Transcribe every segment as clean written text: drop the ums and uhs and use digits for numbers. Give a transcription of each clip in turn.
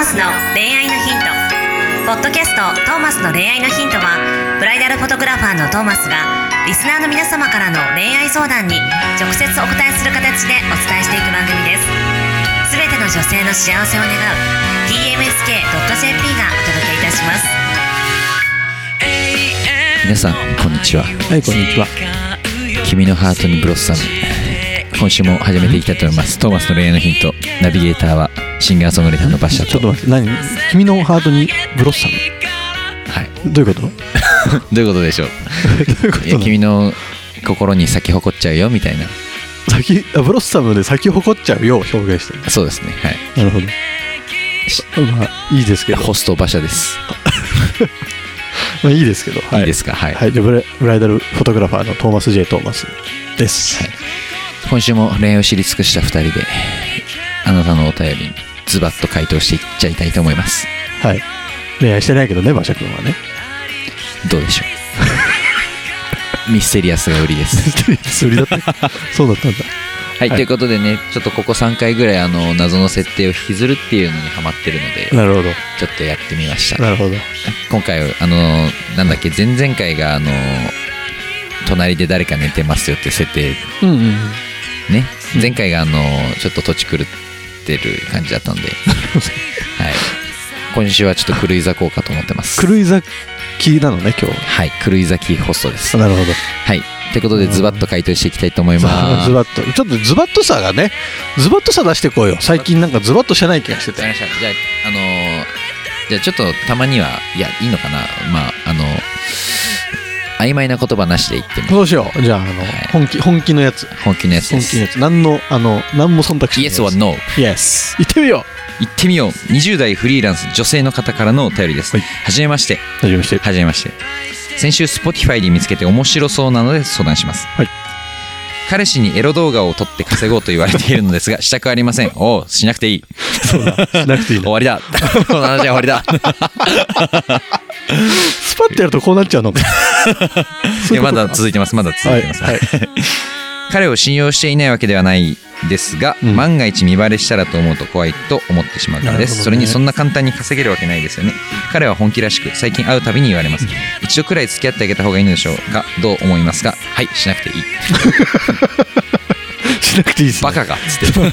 マスの恋愛のヒント。ポッドキャストトーマスの恋愛のヒントは、ブライダルフォトグラファーのトーマスがリスナーの皆様からの恋愛相談に直接お答えする形でお伝えしていく番組です。すべての女性の幸せを願う tmsk.jp がお届けいたします。 皆さんこんにちは。 はい、こんにちは。 君のハートにブロッサム、今週も始めていきたいと思います。トーマスの恋愛のヒント、ナビゲーターはシンガーソングライターのバッシャーと。 ちょっと待って、何？君のハートにブロッサム？ はい。 どういうこと？ どういうことでしょう。 どういうこといや、君の心に咲き誇っちゃうよみたいな。 ブロッサムで咲き誇っちゃうよを表現してる。 そうですね。はい。 なるほど。まあいいですけど。 ホスト馬車です。 まあいいですけど。はい、 いいですか。はい。 はい。じゃあブライダルフォトグラファーのトーマス J トーマスです。 はい。今週も恋愛を知り尽くした2人で、あなたのお便りにズバッと回答していっちゃいたいと思います。 はい。恋愛してないけどね、馬車君はね。 どうでしょう。ミステリアスが売りです。 売りだったそうだったんだ。 はい、ということでね、ちょっとここ3回ぐらい謎の設定を引きずるっていうのにハマってるので、 なるほど。 ちょっとやってみました。 なるほど。 今回なんだっけ、前々回が隣で誰か寝てますよって設定、 うんうん。 ね、前回がちょっと土地狂ってる感じだったんで、はい、今週はちょっと狂い咲こうかと思ってます。 狂い咲きなのね、今日。 はい、狂い咲きホストです。 なるほど。 はい、ということでズバッと回答していきたいと思います。 ズバッと、ちょっとズバッとさがね、ズバッとさ出してこうよ。最近なんかズバッとしてない気がしてて。 じゃあじゃあちょっとたまには、いや、いいのかな、まあ曖昧な言葉なしで言ってみる。 そうしよう。じゃあ、はい、本気のやつ。 本気のやつです。 本気のやつ。何も忖度しない。 Yes or No。 Yes。行ってみよう。 行ってみよう。20代フリーランス女性の方からのお便りです。はい、はじめまして。 はじめまして。 はじめまして。先週 Spotify で見つけて面白そうなので相談します。はい。彼氏にエロ動画を撮って稼ごうと言われているのですが、したくありません。おう、しなくていい。 そうだ。しなくていい。 終わりだ。この話は終わりだ。 スパッてやるとこうなっちゃうの。 いや、まだ続いてます。まだ続いてます。はい。彼を信用していないわけではないですが、万が一見バレしたらと思うと怖いと思ってしまうからです。それにそんな簡単に稼げるわけないですよね。彼は本気らしく、最近会うたびに言われます。一度くらい付き合ってあげた方がいいのでしょうか。どう思いますか。はい、しなくていい。 しなくていいです、ね、 バカかっつって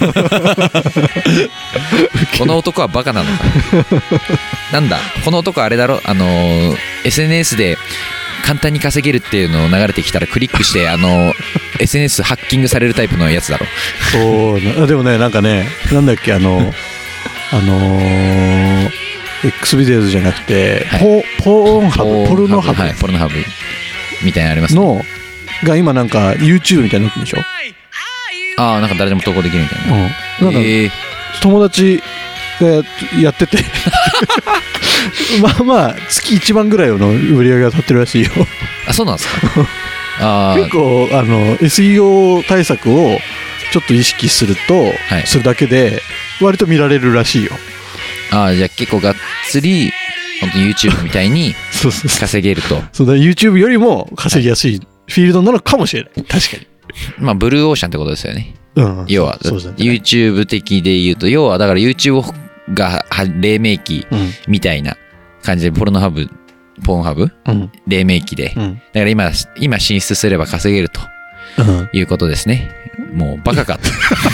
この男はバカなのか。なんだこの男はあれだろ、SNS で簡単に稼げるっていうのを流れてきたらクリックしてSNS ハッキングされるタイプのやつだろ。 そうでもね、なんかね、なんだっけ、X ビデオじゃなくて、はい、ポルノハブ、 はい、ポルノハブみたいなのありますね。 のが今なんか YouTube みたいになってるでしょ。 ああ、なんか誰でも投稿できるみたいな。 なんか友達がやっててまあまあ月1万ぐらいの売り上げが立ってるらしいよ。 あ、そうなんですか。あ、 結構SEO 対策をちょっと意識すると、はい、するだけで割と見られるらしいよ。 ああ、じゃあ結構がっつり本当に YouTube みたいに稼げると。 そうだ、YouTube よりも稼ぎやすいフィールドなのかもしれない。確かに。 まあブルーオーシャンってことですよね。 うん、 要は、ね、YouTube 的で言うと、要はだから YouTube が黎明期みたいな感じでポーンハブ、うん、黎明期で、うん、だから今進出すれば稼げると、いうことですね。もうバカかと。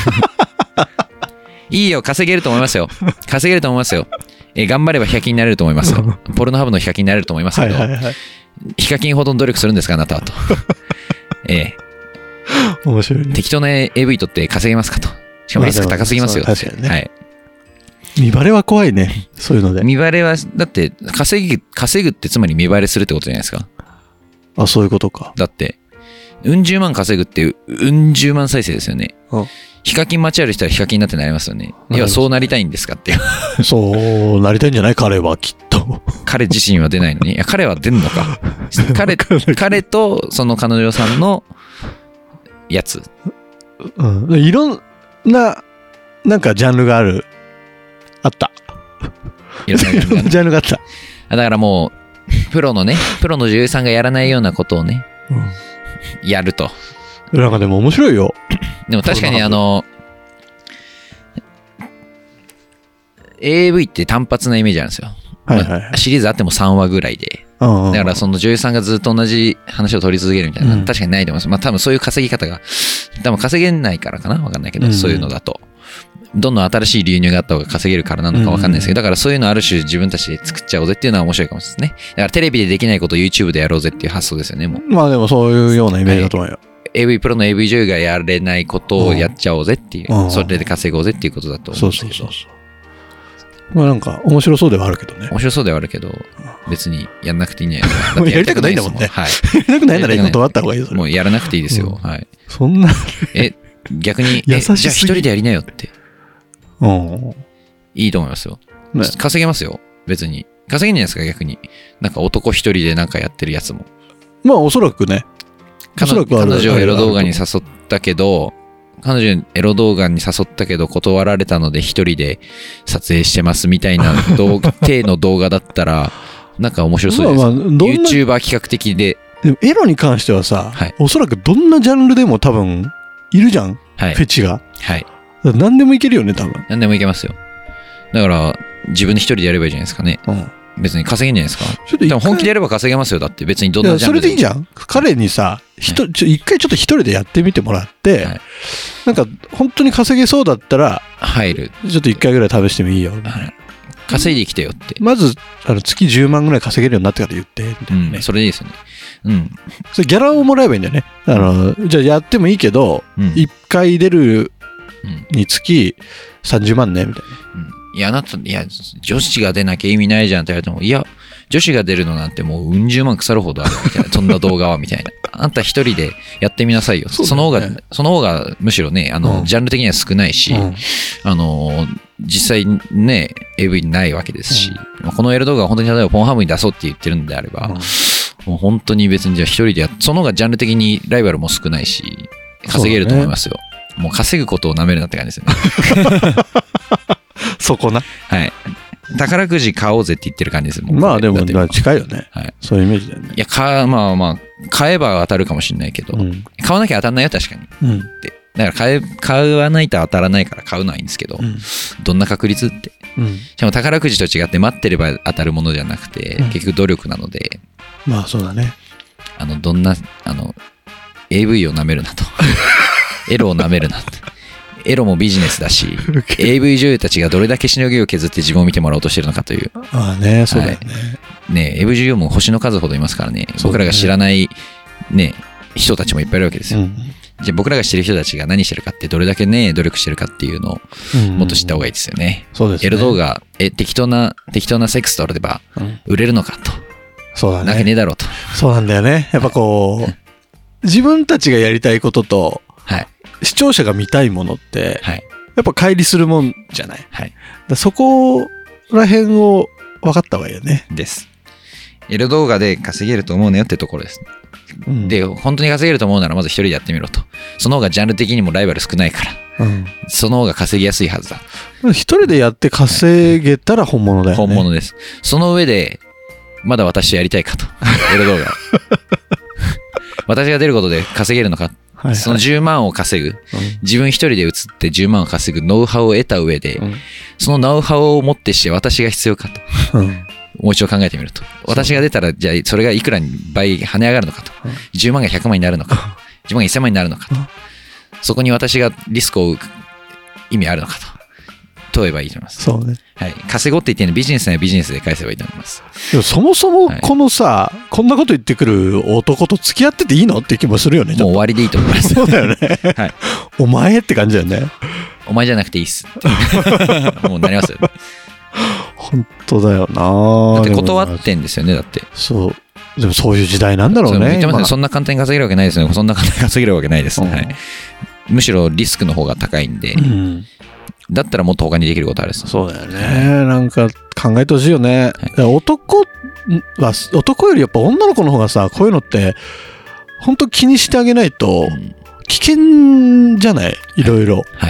いいよ、稼げると思いますよ。稼げると思いますよ。頑張ればヒカキンになれると思いますよ。ポルノハブのヒカキンになれると思いますけど、はいはいはい、ヒカキンほどの努力するんですかあなたはと。 面白いね。 適当な AV 撮って稼げますかと。しかもリスク高すぎますよ。 確かにね。 はい。 見バレは怖いね。そういうので。 見バレはだって稼ぐってつまり見バレするってことじゃないですか。 あ、そういうことか。 だって10万稼ぐって10万再生ですよね。ヒカキン待ちある人はヒカキンになってなりますよね。いや、そうなりたいんですかっていう。 そうなりたいんじゃない、彼はきっと。 彼自身は出ないのに。いや、彼は出んのか。彼とその彼女さんのやつ。 うん、いろんななんかジャンルがあった。いろんなジャンルがあった。 だからもうプロの女優さんがやらないようなことをね、やると。 なんかでも面白いよ。 でも確かに AV って単発なイメージあるんですよ。 はいはいはい。 シリーズあっても3話ぐらいで。だからその女優さんがずっと同じ話を取り続けるみたいな、確かにないと思います。まあ多分そういう稼ぎ方が、多分稼げないからかなわかんないけど、そういうのだと。どんどん新しい流入があった方が稼げるからなのかわかんないですけど、だからそういうのある種自分たちで作っちゃおうぜっていうのは面白いかもしれないですね。だからテレビでできないことを YouTube でやろうぜっていう発想ですよね、もう。 まあでもそういうようなイメージだと思うよ。 AV プロの AV 女優がやれないことをやっちゃおうぜっていう、それで稼ごうぜっていうことだと思うんですけど。そう。 まあなんか面白そうではあるけどね。 面白そうではあるけど、別にやんなくていいんじゃないですか。 やりたくないんだもんね。 はい。 やりたくないなら今断った方がいいです。 もうやらなくていいですよ。はい。 そんな。 逆に、 じゃあ一人でやりなよって。いいと思いますよ。稼げますよ。別に。稼げんじゃないですか、逆に。なんか男一人でなんかやってるやつも。 まあおそらくね。 彼女をエロ動画に誘ったけど、断られたので一人で撮影してますみたいな体の動画だったら、なんか面白そうです。YouTuber 企画的で。 でもエロに関してはさ、おそらくどんなジャンルでも多分いるじゃん、フェチが。はい。何でもいけるよね、多分。 何でもいけますよ。だから、自分で一人でやればいいじゃないですかね。別に稼げんじゃないですか。でも本気でやれば稼げますよ。だって別にどんなジャンルでも。それでいいじゃん。 彼にさ、一回ちょっと一人でやってみてもらって、なんか本当に稼げそうだったら、 入る。 ちょっと一回ぐらい試してもいいよ。 稼いできてよって。 まず、月10万ぐらい稼げるようになってから言って、みたいなね。 それでいいですよね。 それギャラをもらえばいいんだよね。じゃあやってもいいけど、1回出るにつき30万ね、みたいな。 いや、女子が出なきゃ意味ないじゃんって言われても、いや、女子が出るのなんてもううん十万腐るほどあるみたいな、そんな動画はみたいな。あんた一人でやってみなさいよ。その方がむしろね、ジャンル的には少ないし、実際ね、AV にないわけですし、このエロ動画は本当に例えばポンハムに出そうって言ってるんであれば、もう本当に別にじゃあ一人でその方がジャンル的にライバルも少ないし、稼げると思いますよ。もう稼ぐことを舐めるなって感じですよね。 そこな。 はい。宝くじ買おうぜって言ってる感じです。 まあでも近いよね。はい。そういうイメージだよね。 いや、買えば当たるかもしれないけど、買わなきゃ当たんないよ、確かに。だから買わないと当たらないから買うのはいいんですけど、どんな確率って。しかも宝くじと違って待ってれば当たるものじゃなくて、結局努力なので。 まあそうだね。 AV を舐めるなと。エロを舐めるなって。エロもビジネスだし、AV 女優たちがどれだけしのぎを削って自分を見てもらおうとしてるのかという。 ああね、そうだよね。 ね、AV 女優も星の数ほどいますからね、僕らが知らないね、人たちもいっぱいいるわけですよ。じゃあ僕らが知ってる人たちが何してるかって、どれだけね、努力してるかっていうのをもっと知った方がいいですよね。 そうですね。 エロ動画、適当なセックスとれば売れるのかと。 そうだね。 なわけねえだろうと。 そうなんだよね。やっぱこう、自分たちがやりたいことと、視聴者が見たいものって、やっぱ乖離するもんじゃない。そこら辺を分かった方がいいよね。 です。エロ動画で稼げると思うねよってところです。で、本当に稼げると思うならまず一人でやってみろと。その方がジャンル的にもライバル少ないから。その方が稼ぎやすいはずだ。 一人でやって稼げたら本物だよね。 本物です。その上で、まだ私とやりたいかと。エロ動画。私が出ることで稼げるのか。その10万を稼ぐ、自分一人で移って10万を稼ぐノウハウを得た上で、そのノウハウをもってして私が必要かと、もう一度考えてみると、私が出たらじゃあそれがいくらに倍跳ね上がるのかと、10万が100万になるのか、10万が1000万になるのかと、そこに私がリスクを負う意味あるのかと問えばいいと思います。 そうね。 はい。稼ごうって言ってるのビジネスならビジネスで返せばいいと思います。 でもそもそもこのさ、こんなこと言ってくる男と付き合ってていいのって気もするよね。 もう終わりでいいと思います。 そうだよね。はい。お前って感じだよね。 お前じゃなくていいっす。もうなりますよね。 本当だよな。 だって断ってんですよね、だって。 そう。でもそういう時代なんだろうね。 言ってますね。そんな簡単に稼げるわけないですね。そんな簡単に稼げるわけないですね。はい。むしろリスクの方が高いんで。だったらもっと他にできることあるです。 そうだよね。なんか考えてほしいよね。男よりやっぱ女の子の方がさ、こういうのって本当気にしてあげないと危険じゃない？いろいろ。はい。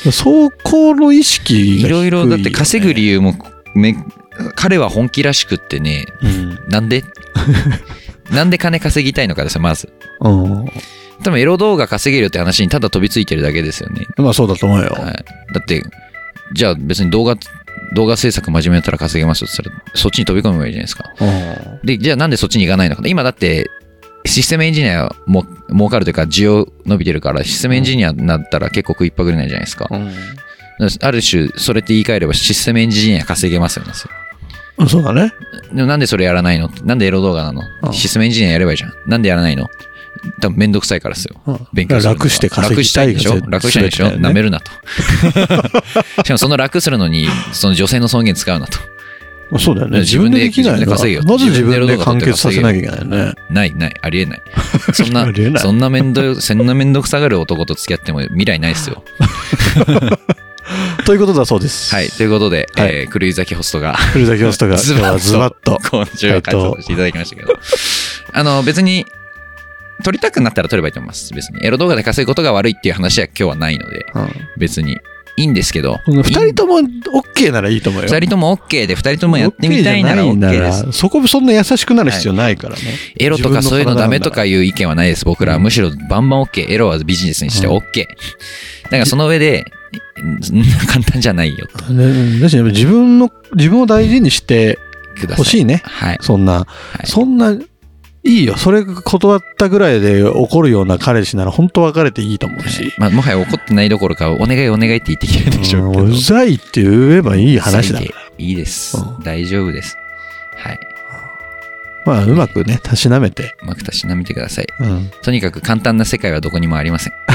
そこの意識が低いよね。 いろいろだって稼ぐ理由も彼は本気らしくってね。なんで金稼ぎたいのかですよ、まず。多分エロ動画稼げるって話にただ飛びついてるだけですよね。 まあそうだと思うよ。 はい、だってじゃあ別に動画動画制作真面目だったら稼げますよって言ったらそっちに飛び込めばいいじゃないですか。でじゃあなんでそっちに行かないのか。今だってシステムエンジニアも儲かるというか需要伸びてるからシステムエンジニアになったら結構食いっぱぐれないじゃないですか。ある種それって言い換えればシステムエンジニア稼げますよね。 そうだね。 でもなんでそれやらないの？なんでエロ動画なの？システムエンジニアやればいいじゃん。なんでやらないの？多分めんどくさいからですよ。勉強するのが楽して稼ぎたいでしょ。楽したいでしょ。なめるなと。しかもその楽するのにその女性の尊厳使うなと。 そうだよね。自分でできないの。 稼げよ。 まず自分で完結させなきゃいけないよね。 ないありえない。そんなめんどくさがる男と付き合っても未来ないですよ。 ということだそうです。 はい。ということで、狂い咲きホストが今日はズバッと今週は回答していただきましたけど、別に撮りたくなったら撮ればいいと思います。別にエロ動画で稼ぐことが悪いっていう話は今日はないので、別にいいんですけど、 2人とも OK ならいいと思うよ。 2人とも OK で2人ともやってみたいなら OK です。 そこそんな優しくなる必要ないからね。 エロとかそういうのダメとかいう意見はないです。僕らはむしろバンバン OK。エロはビジネスにして OK。だからその上で簡単じゃないよと。 自分を大事にしてほしいね。 はい。 そんないいよ。それが断ったぐらいで怒るような彼氏なら本当別れていいと思うし。 もはや怒ってないどころかお願いって言ってきてるでしょうけど。 うざいって言えばいい話だから。 いいです。大丈夫です。はい。 うまくね、たしなめて。 うまくたしなめてください。とにかく簡単な世界はどこにもありません。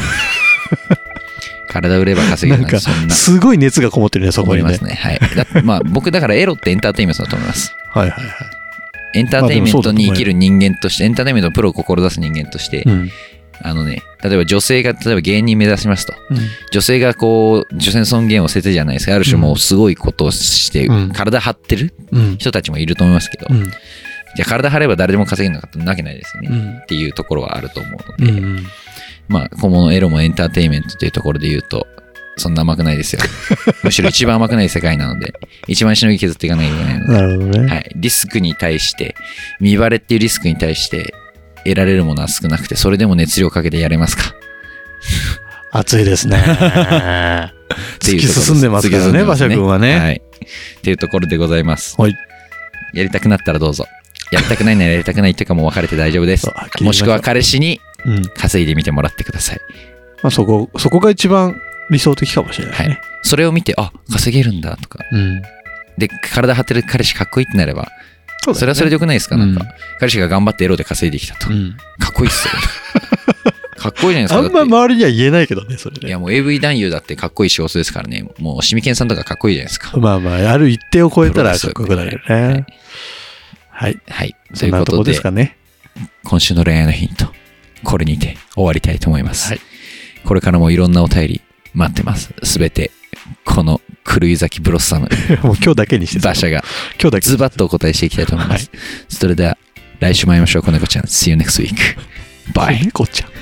体売れば稼げるなんてそんな。 すごい熱がこもってるね、そこにね。 思いますね。はい。僕だからエロってエンターテインメントだと思います。 はい。 エンターテインメントに生きる人間として、エンターテインメントのプロを志す人間として、例えば女性が芸人目指しますと、女性が女性の尊厳を捨ててじゃないですか、ある種もうすごいことをして、体張ってる人たちもいると思いますけど、じゃあ体張れば誰でも稼げるのかってなわけないですよね、っていうところはあると思うので、今後のエロもエンターテインメントというところで言うと、そんな甘くないですよ。むしろ一番甘くない世界なので、一番しのぎ削っていかなきゃいけないので、 なるほどね。 はい。リスクに対して、見バレっていうリスクに対して得られるものは少なくて、それでも熱量かけてやれますか？ 熱いですね。突き進んでますからね、馬車君はね。 はい。っていうところでございます。 はい。 やりたくなったらどうぞ。やりたくないならやりたくないっていうかもう別れて大丈夫です。もしくは彼氏に稼いでみてもらってください。 そこが一番理想的かもしれないね。はい。 それを見て、稼げるんだとか。で、体張ってる彼氏かっこいいってなれば、それはそれでよくないですか？なんか、彼氏が頑張ってエロで稼いできたと。かっこいいっすよ。かっこいいじゃないですか。 あんま周りには言えないけどね、それね。 いや、もう AV 男優だってかっこいい仕事ですからね。もう、シミケンさんとかかっこいいじゃないですか。 ある一定を超えたらかっこよくなるよね。はい。 はい。 ということで、 今週の恋愛のヒント、これにて終わりたいと思います。これからもいろんなお便り待ってます。すべて、この狂い咲きブロッサム。 もう今日だけにして馬車が、ズバッとお答えしていきたいと思います。それでは、来週も会いましょう。子猫ちゃん。See you next week. Bye. 子猫ちゃん。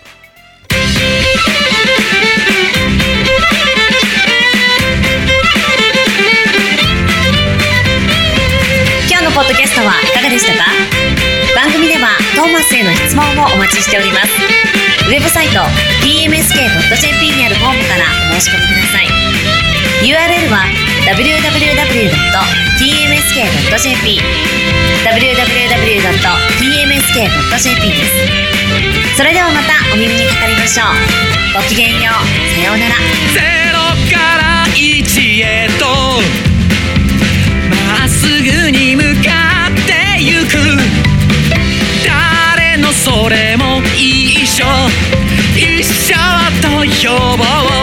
今日のポッドキャストはいかがでしたか？番組ではトーマスへの質問もお待ちしております。ウェブサイト tmsk.jp にあるフォームからお申し込みください。 URL は www.tmsk.jp www.tmsk.jp です。それではまたお耳にかかりましょう。ごきげんよう。さようなら。 0から1へとまっすぐに向かってゆく、誰のそれも一緒と呼ぼう。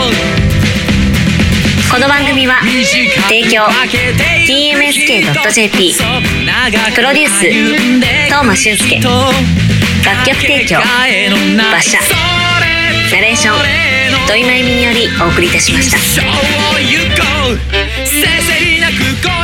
この番組は提供 tmsk.jp プロデュース東間俊介、楽曲提供馬車、ナレーション土井真由美によりお送りいたしました。 せせりなく